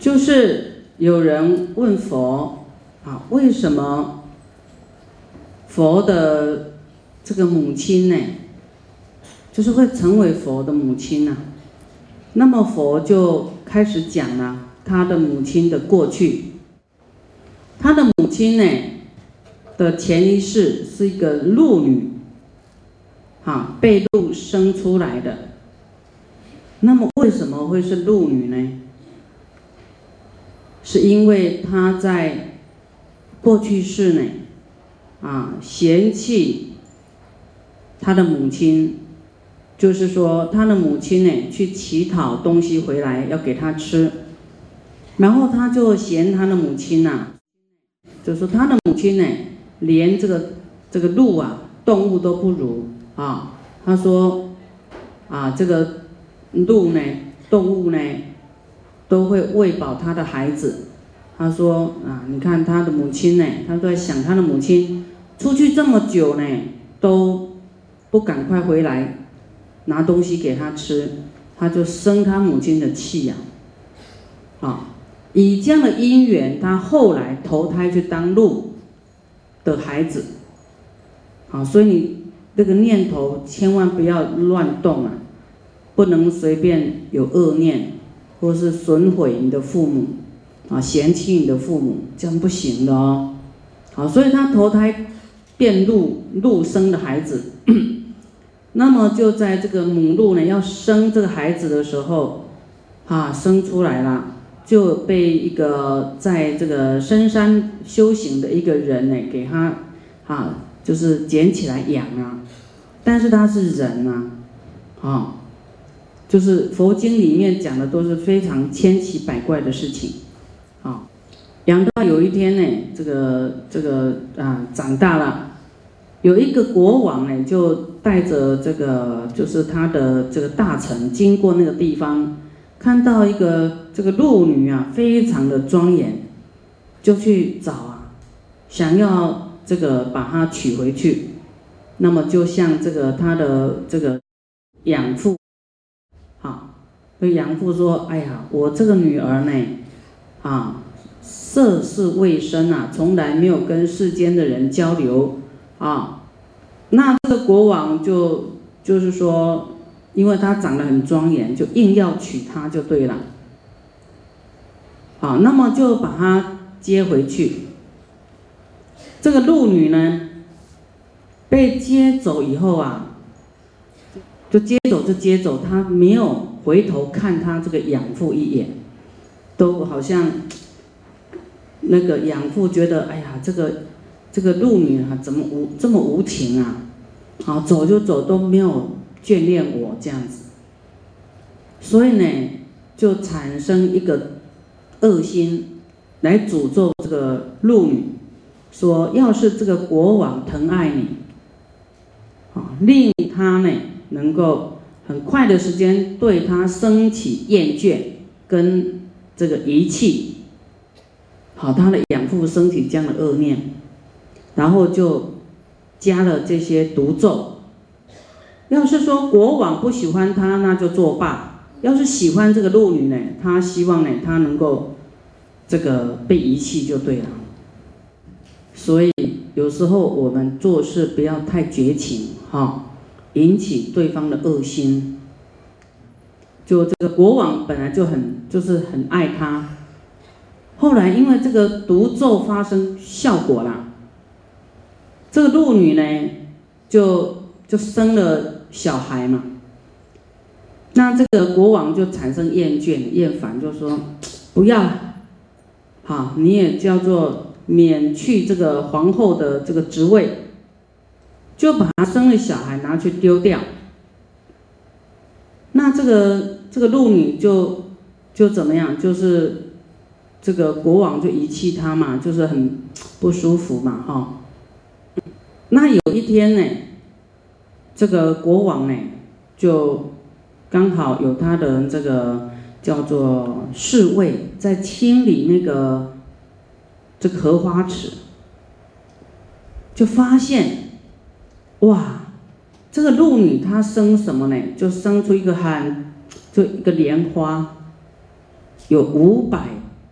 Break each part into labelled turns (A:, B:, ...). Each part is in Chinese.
A: 就是有人问佛啊，为什么佛的这个母亲呢，就是会成为佛的母亲呢？那么佛就开始讲了他的母亲的过去。他的母亲呢的前一世是一个鹿女，被鹿生出来的。那么为什么会是鹿女呢？是因为她在过去世呢，嫌弃她的母亲，就是说她的母亲呢去乞讨东西回来要给她吃，然后她就嫌她的母亲就是说她的母亲呢连这个鹿动物都不如她说这个鹿呢动物呢都会喂饱他的孩子。他说你看他的母亲呢，他都在想他的母亲出去这么久呢，都不赶快回来拿东西给他吃，他就生他母亲的气以这样的因缘，他后来投胎去当鹿的孩子。所以你这个念头千万不要乱动不能随便有恶念，或是损毁你的父母嫌弃你的父母，这样不行的哦。所以他投胎变鹿生的孩子。那么就在这个母鹿呢要生这个孩子的时候生出来了，就被一个在这个深山修行的一个人呢给他就是捡起来养但是他是人就是佛经里面讲的都是非常千奇百怪的事情养到有一天呢，这个长大了，有一个国王呢就带着这个就是他的这个大臣经过那个地方，看到一个这个鹿女非常的庄严，就去找想要这个把她娶回去。那么就像这个他的这个养父对养父说，哎呀，我这个女儿呢涉世未深从来没有跟世间的人交流那这个国王就是说，因为她长得很庄严，就硬要娶她就对了。那么就把她接回去。这个鹿女呢被接走以后就接走，她没有回头看她这个养父一眼，都好像那个养父觉得，哎呀，这个鹿女怎么这么无情走就走，都没有眷恋我这样子。所以呢就产生一个恶心，来诅咒这个鹿女，说要是这个国王疼爱你令他呢能够很快的时间对他升起厌倦跟这个遗弃，他的养父升起这样的恶念，然后就加了这些毒咒。要是说国王不喜欢他，那就作罢；要是喜欢这个鹿女呢，他希望呢他能够这个被遗弃就对了。所以有时候我们做事不要太绝情引起对方的恶心。就这个国王本来就是很爱他，后来因为这个毒咒发生效果了，这个鹿女呢就生了小孩嘛。那这个国王就产生厌倦厌烦，就说不要了，你也叫做免去这个皇后的这个职位，就把她生了小孩拿去丢掉。那这个鹿女就怎么样？就是这个国王就遗弃她嘛，就是很不舒服嘛那有一天呢，这个国王呢就刚好有他的这个叫做侍卫在清理那个这个荷花池，就发现哇，这个鹿女她生什么呢？就生出一个莲花，有500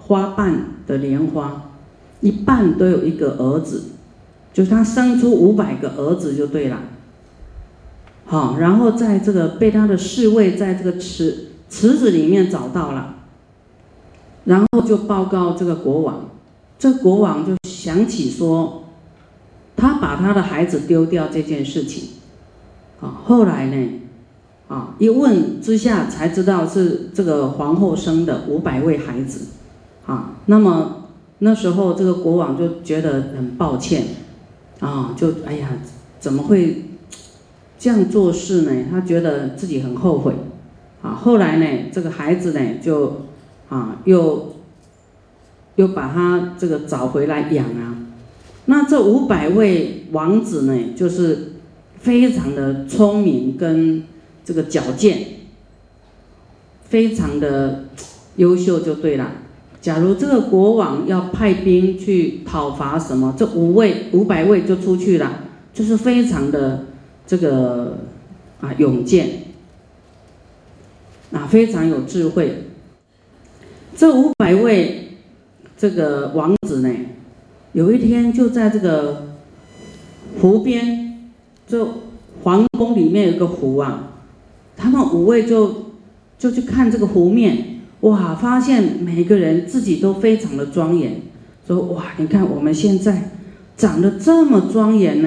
A: 花瓣的莲花，一半都有一个儿子，就是他生出500个儿子就对了。好，然后在这个被他的侍卫在这个池子里面找到了，然后就报告这个国王，这国王就想起说，他把他的孩子丢掉这件事情，后来呢，一问之下才知道是这个皇后生的500位孩子，那么那时候这个国王就觉得很抱歉，就哎呀，怎么会这样做事呢？他觉得自己很后悔，后来呢，这个孩子呢就又把他这个找回来养啊。那这500位王子呢，就是非常的聪明跟这个矫健，非常的优秀就对了。假如这个国王要派兵去讨伐什么，这500位就出去了，就是非常的这个勇健，非常有智慧。这500位这个王子呢，有一天就在这个湖边，就皇宫里面有个湖啊，他们5位就去看这个湖面，哇，发现每个人自己都非常的庄严，说哇，你看我们现在长得这么庄严呢，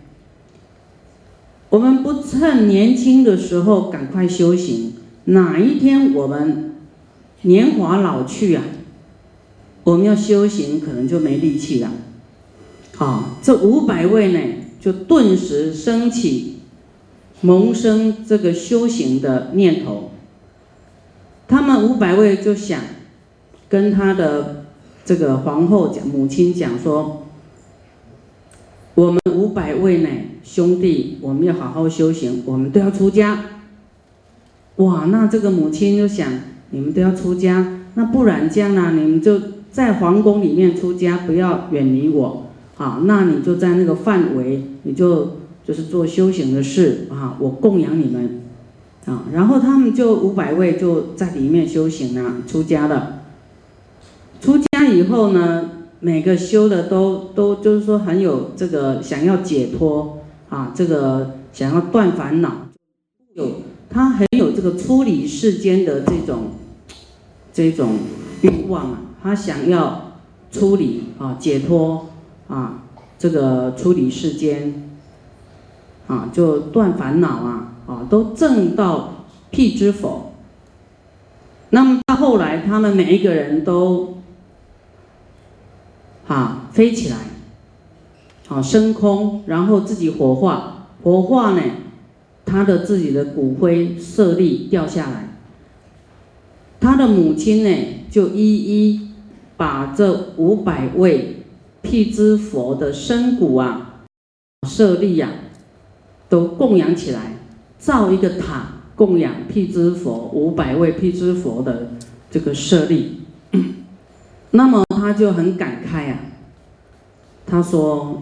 A: 我们不趁年轻的时候赶快修行，哪一天我们年华老去啊，我们要修行可能就没力气了。这500位呢，就顿时升起萌生这个修行的念头。他们500位就想跟他的这个皇后讲，母亲讲说，我们500位呢兄弟，我们要好好修行，我们都要出家。哇，那这个母亲就想，你们都要出家，那不然这样呢，你们就在皇宫里面出家，不要远离我，那你就在那个范围，你就是做修行的事，我供养你们，然后他们就500位就在里面修行了，出家了。出家以后呢，每个修的都就是说很有这个想要解脱这个想要断烦恼，他很有这个出离世间的这种欲望他想要出离解脱这个出离世间就断烦恼都证到辟支佛。那么到后来，他们每一个人都飞起来，升空，然后自己火化呢，他的自己的骨灰舍利掉下来。他的母亲呢，就一一把这500位辟支佛的身骨舍利都供养起来，造一个塔供养辟支佛500位辟支佛的这个舍利。那么他就很感慨他说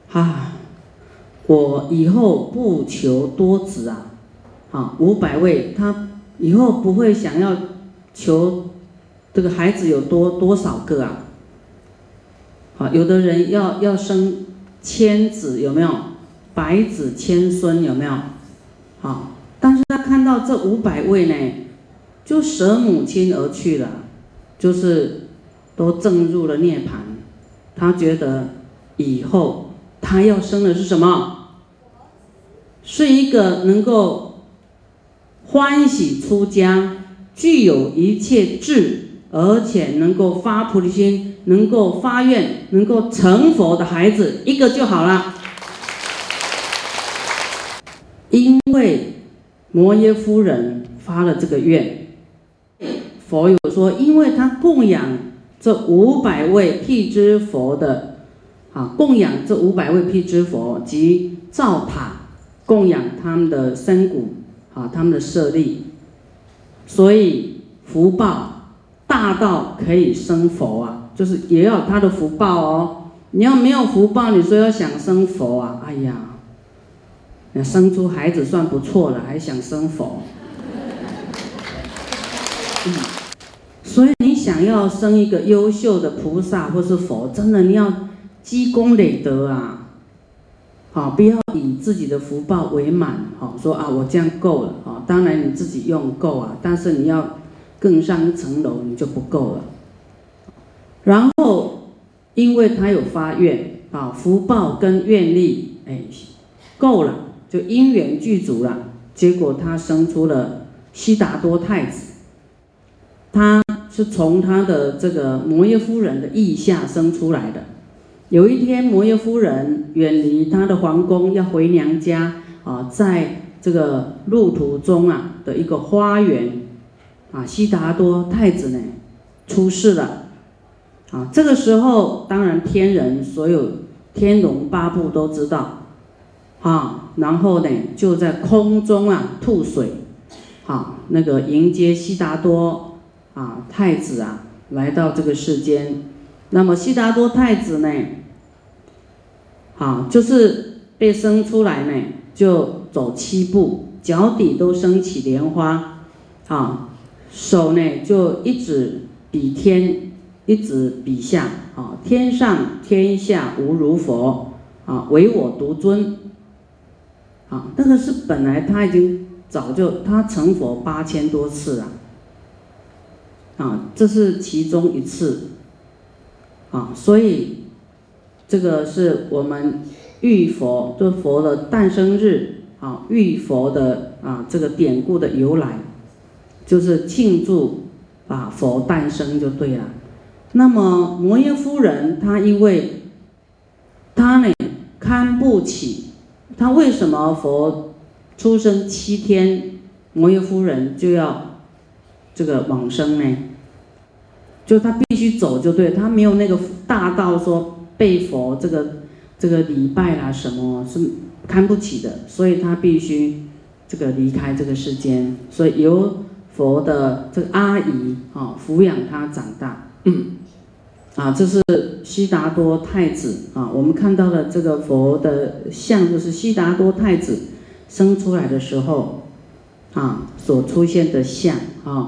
A: 我以后不求多子500位，他以后不会想要求这个孩子有多少个有的人要生千子，有没有？百子千孙，有没有？但是他看到这500位呢，就舍母亲而去了，就是都证入了涅槃。他觉得以后他要生的是什么？是一个能够欢喜出家，具有一切智，而且能够发菩提心，能够发愿，能够成佛的孩子，一个就好了。因为摩耶夫人发了这个愿，佛有说，因为他供养这500位辟支佛的供养这500位辟支佛及造塔供养他们的身骨他们的舍利，所以福报大到可以生佛就是也要有他的福报你要没有福报，你说要想生佛哎呀，生出孩子算不错了，还想生佛。 所以你想要生一个优秀的菩萨或是佛，真的你要积功累德啊！好，不要以自己的福报为满，好说啊，我这样够了啊。当然你自己用够啊，但是你要更上一层楼，你就不够了。然后，因为他有发愿啊，福报跟愿力，够了，就因缘具足了。结果他生出了悉达多太子，他是从他的这个摩耶夫人的腋下生出来的。有一天，摩耶夫人远离她的皇宫，要回娘家啊，在这个路途中啊的一个花园啊，悉达多太子呢出世了啊。这个时候，当然天人所有天龙八部都知道啊，然后呢就在空中啊吐水啊，那个迎接悉达多啊太子啊来到这个世间。那么悉达多太子呢，就是被生出来呢，就走7步，脚底都升起莲花，手呢就一指比天，一指比下，天上天下无如佛，唯我独尊，那个是本来他已经早就他成佛8000多次了，这是其中一次。所以这个是我们浴佛，就佛的诞生日浴佛的这个典故的由来，就是庆祝佛诞生就对了。那么摩耶夫人她因为她呢看不起，她为什么佛出生7天，摩耶夫人就要这个往生呢？就他必须走就对，他没有那个大到说被佛这个礼拜啦什么是看不起的，所以他必须这个离开这个世间，所以由佛的这个阿姨抚养他长大。这是悉达多太子我们看到了这个佛的像，就是悉达多太子生出来的时候所出现的像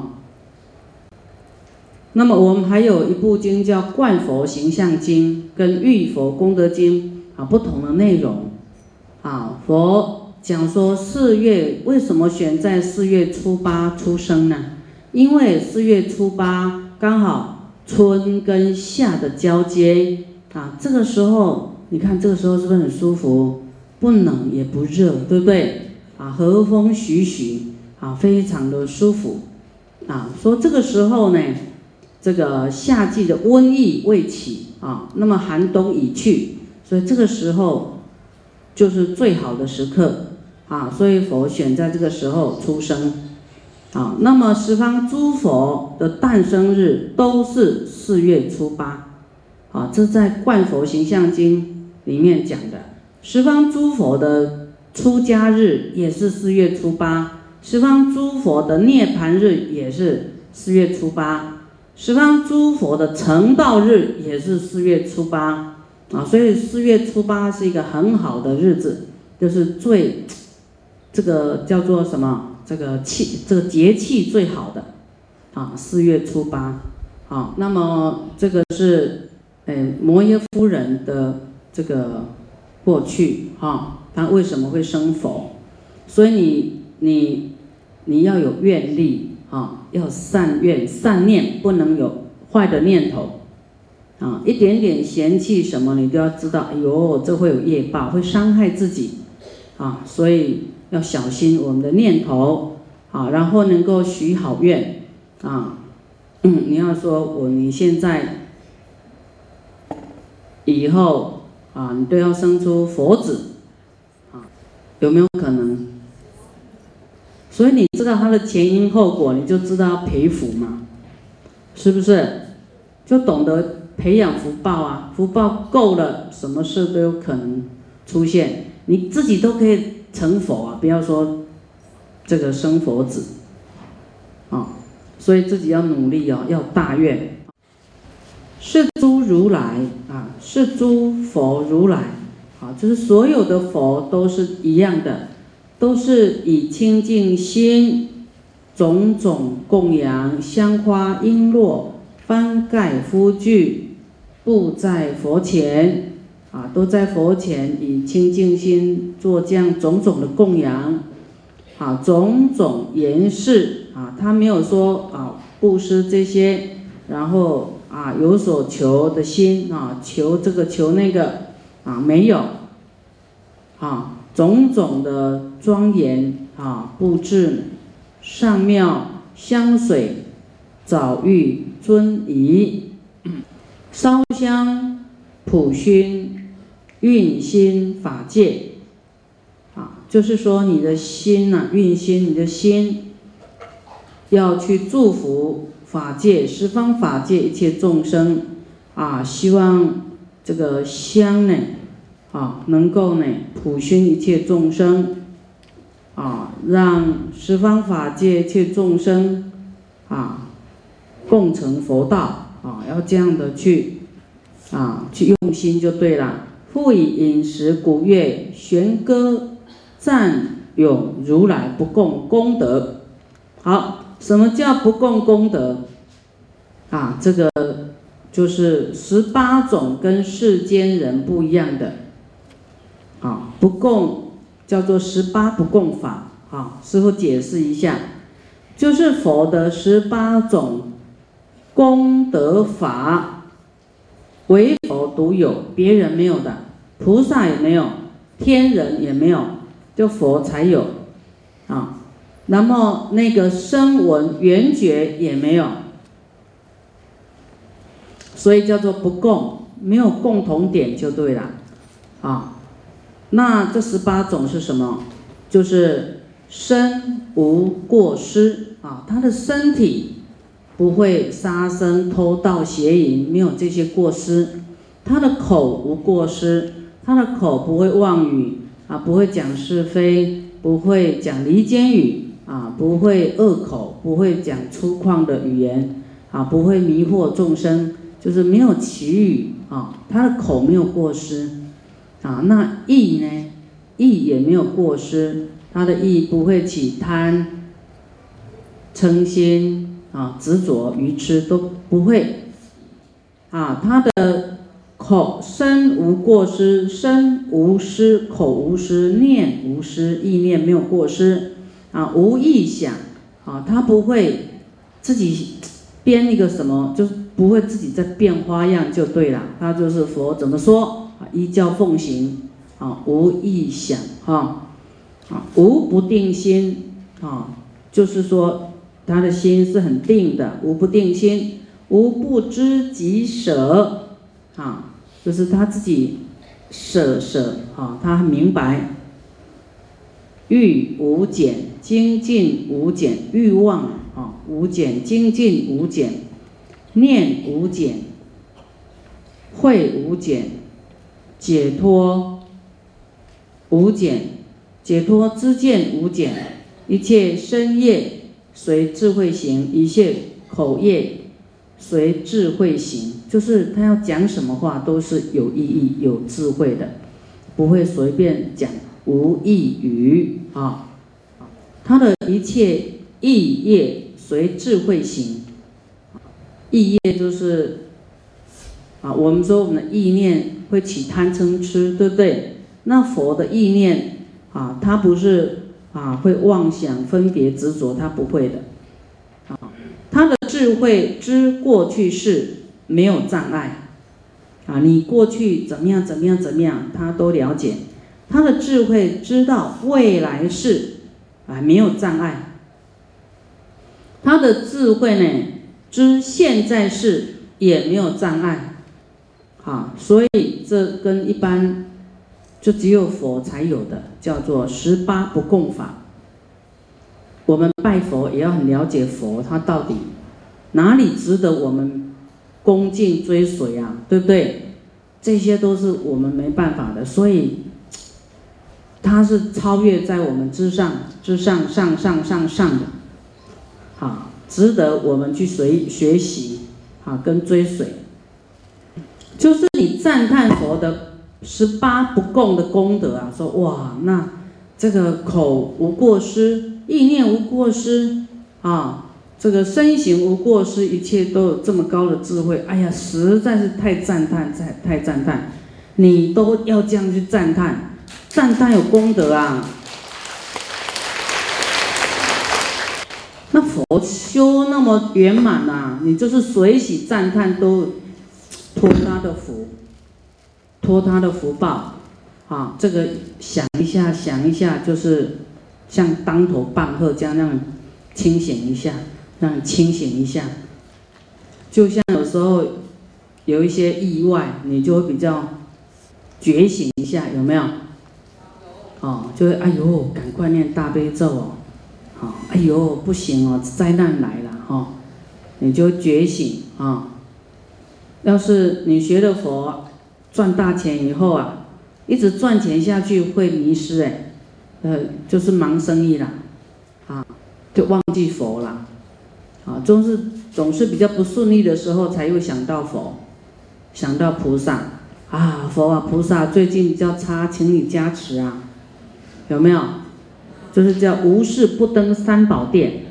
A: 那么我们还有一部经叫《观佛形象经》跟《浴佛功德经》不同的内容佛讲说4月为什么选在4月初8出生呢？因为4月初8刚好春跟夏的交接这个时候你看这个时候是不是很舒服？不冷也不热，对不对和风徐徐非常的舒服说这个时候呢，这个夏季的瘟疫未起那么寒冬已去，所以这个时候就是最好的时刻所以佛选在这个时候出生那么十方诸佛的诞生日都是4月初8这在《观佛形象经》里面讲的。十方诸佛的出家日也是4月初8，十方诸佛的涅盘日也是4月初8，十方诸佛的成道日也是4月初8所以4月初8是一个很好的日子，就是最这个叫做什么？这个节气最好的4月初8那么这个是摩耶夫人的这个过去她为什么会生佛？所以你要有愿力要善愿善念，不能有坏的念头一点点嫌弃什么你都要知道，哎呦这会有业报，会伤害自己所以要小心我们的念头然后能够许好愿你要说你现在以后你都要生出佛子有没有可能？所以你知道它的前因后果，你就知道要培福嘛，是不是？就懂得培养福报福报够了，什么事都有可能出现，你自己都可以成佛不要说这个生佛子所以自己要努力要大愿。是诸如来是诸佛如来就是所有的佛都是一样的，都是以清净心种种供养，香花璎珞，幡盖敷具，布在佛前，都在佛前以清净心做这样种种的供养，种种言饰，他没有说布施这些，然后有所求的心，求这个求那个，没有，种种的庄严布置，上妙香水，澡浴尊仪，烧香普熏，运心法界，就是说你的心运心，你的心要去祝福法界十方法界一切众生，希望这个香呢，能够呢普熏一切众生，让十方法界一切众生共成佛道，要这样的去用心就对了。复以饮食鼓乐弦歌赞咏如来不共功德。好，什么叫不共功德？这个就是18种跟世间人不一样的。不共叫做18不共法。师父解释一下，就是佛的18种功德法，唯佛独有，别人没有的，菩萨也没有，天人也没有，就佛才有。那么那个声闻缘觉也没有，所以叫做不共，没有共同点就对了。那这18种是什么？就是身无过失，他的身体不会杀生偷盗邪淫，没有这些过失。他的口无过失，他的口不会妄语，不会讲是非，不会讲离间语，不会恶口，不会讲粗犷的语言，不会迷惑众生，就是没有绮语，他的口没有过失。那意呢？意也没有过失，他的意不会起贪、嗔心、执着、愚痴都不会。他的口身无过失，身无失，口无失，念无失，意念没有过失。无意想，他不会自己编一个什么，就是不会自己在变花样就对了。他就是佛怎么说，依教奉行。无意想，无不定心，就是说他的心是很定的，无不定心，无不知己舍，就是他自己舍，他很明白。欲无减，精进无减，欲望无减，精进无减，念无减，慧无减，解脱无减，解脱知见无减，一切身业随智慧行，一切口业随智慧行，就是他要讲什么话都是有意义、有智慧的，不会随便讲无意语。他的一切意业随智慧行。意业就是我们说我们的意念会起贪嗔痴，对不对？那佛的意念他不是会妄想分别执着，他不会的。他的智慧知过去事没有障碍，你过去怎么样怎么样怎么样，他都了解。他的智慧知道未来事没有障碍。他的智慧呢，知现在事也没有障碍。所以这跟一般就只有佛才有的，叫做18不共法。我们拜佛也要很了解佛，他到底哪里值得我们恭敬追随对不对？这些都是我们没办法的，所以他是超越在我们之上上的，值得我们去学习跟追随。就是你赞叹佛的18不共的功德说哇，那这个口无过失，意念无过失， 这个身形无过失，一切都有这么高的智慧，哎呀，实在是太赞叹，太赞叹！你都要这样去赞叹，赞叹有功德啊。那佛修那么圆满啊，你就是随喜赞叹，都托他的福，托他的福报这个想一下，就是像当头棒喝这样让你清醒一下。让你清醒一下，就像有时候有一些意外，你就会比较觉醒一下，有没有？就会哎呦，赶快念大悲咒哎呦，不行哦，灾难来了你就觉醒要是你学了佛，赚大钱以后一直赚钱下去会迷失就是忙生意啦就忘记佛啦。总是比较不顺利的时候，才会想到佛，想到菩萨佛菩萨最近比较差，请你加持有没有？就是叫无事不登三宝殿。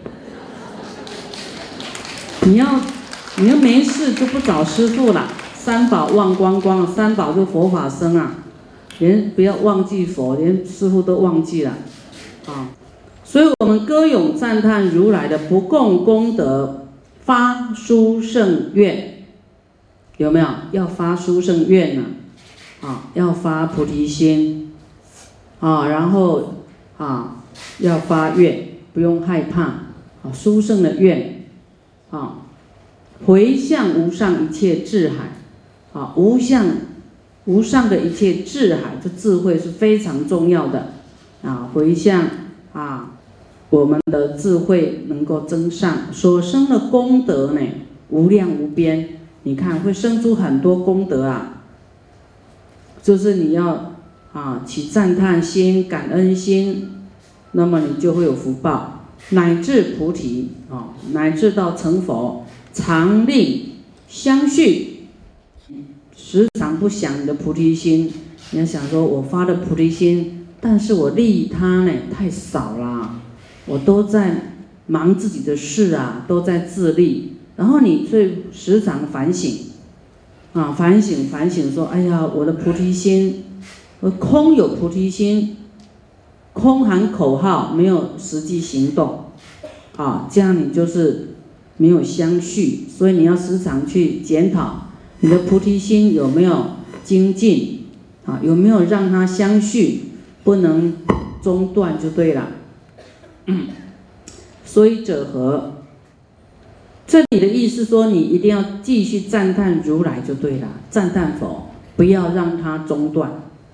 A: 你要没事就不找师父了，三宝忘光光，三宝就佛法僧连不要忘记佛，连师父都忘记了所以我们歌咏赞叹如来的不共功德，发殊胜愿，有没有？要发殊胜愿要发菩提心然后要发愿，不用害怕殊胜的愿回向无上一切智海无上的一切智海，这智慧是非常重要的回向我们的智慧能够增上，所生的功德呢无量无边。你看会生出很多功德就是你要起赞叹心、感恩心，那么你就会有福报，乃至菩提乃至到成佛，常令相续。时常不想你的菩提心，你要想说我发的菩提心，但是我利他呢太少啦。我都在忙自己的事都在自利，然后你最时常反省反省说，哎呀，我的菩提心，空有菩提心，空含口号，没有实际行动这样你就是没有相续，所以你要时常去检讨你的菩提心有没有精进有没有让它相续，不能中断就对了。所以者何？这里的意思说，你一定要继续赞叹如来就对了，赞叹佛，不要让它中断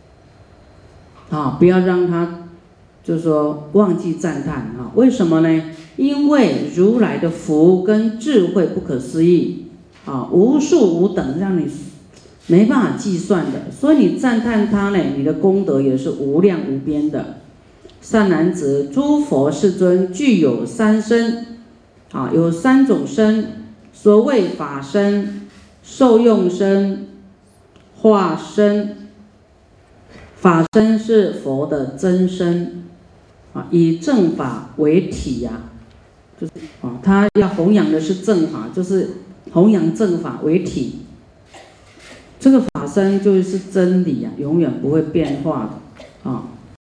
A: 不要让它就是说忘记赞叹为什么呢？因为如来的福跟智慧不可思议无数无等，让你没办法计算的，所以你赞叹它呢，你的功德也是无量无边的。善男子，诸佛世尊具有三身有三种身，所谓法身、受用身、化身。法身是佛的真身以正法为体就是他要弘扬的是正法，就是弘扬正法为体。这个法身就是真理永远不会变化的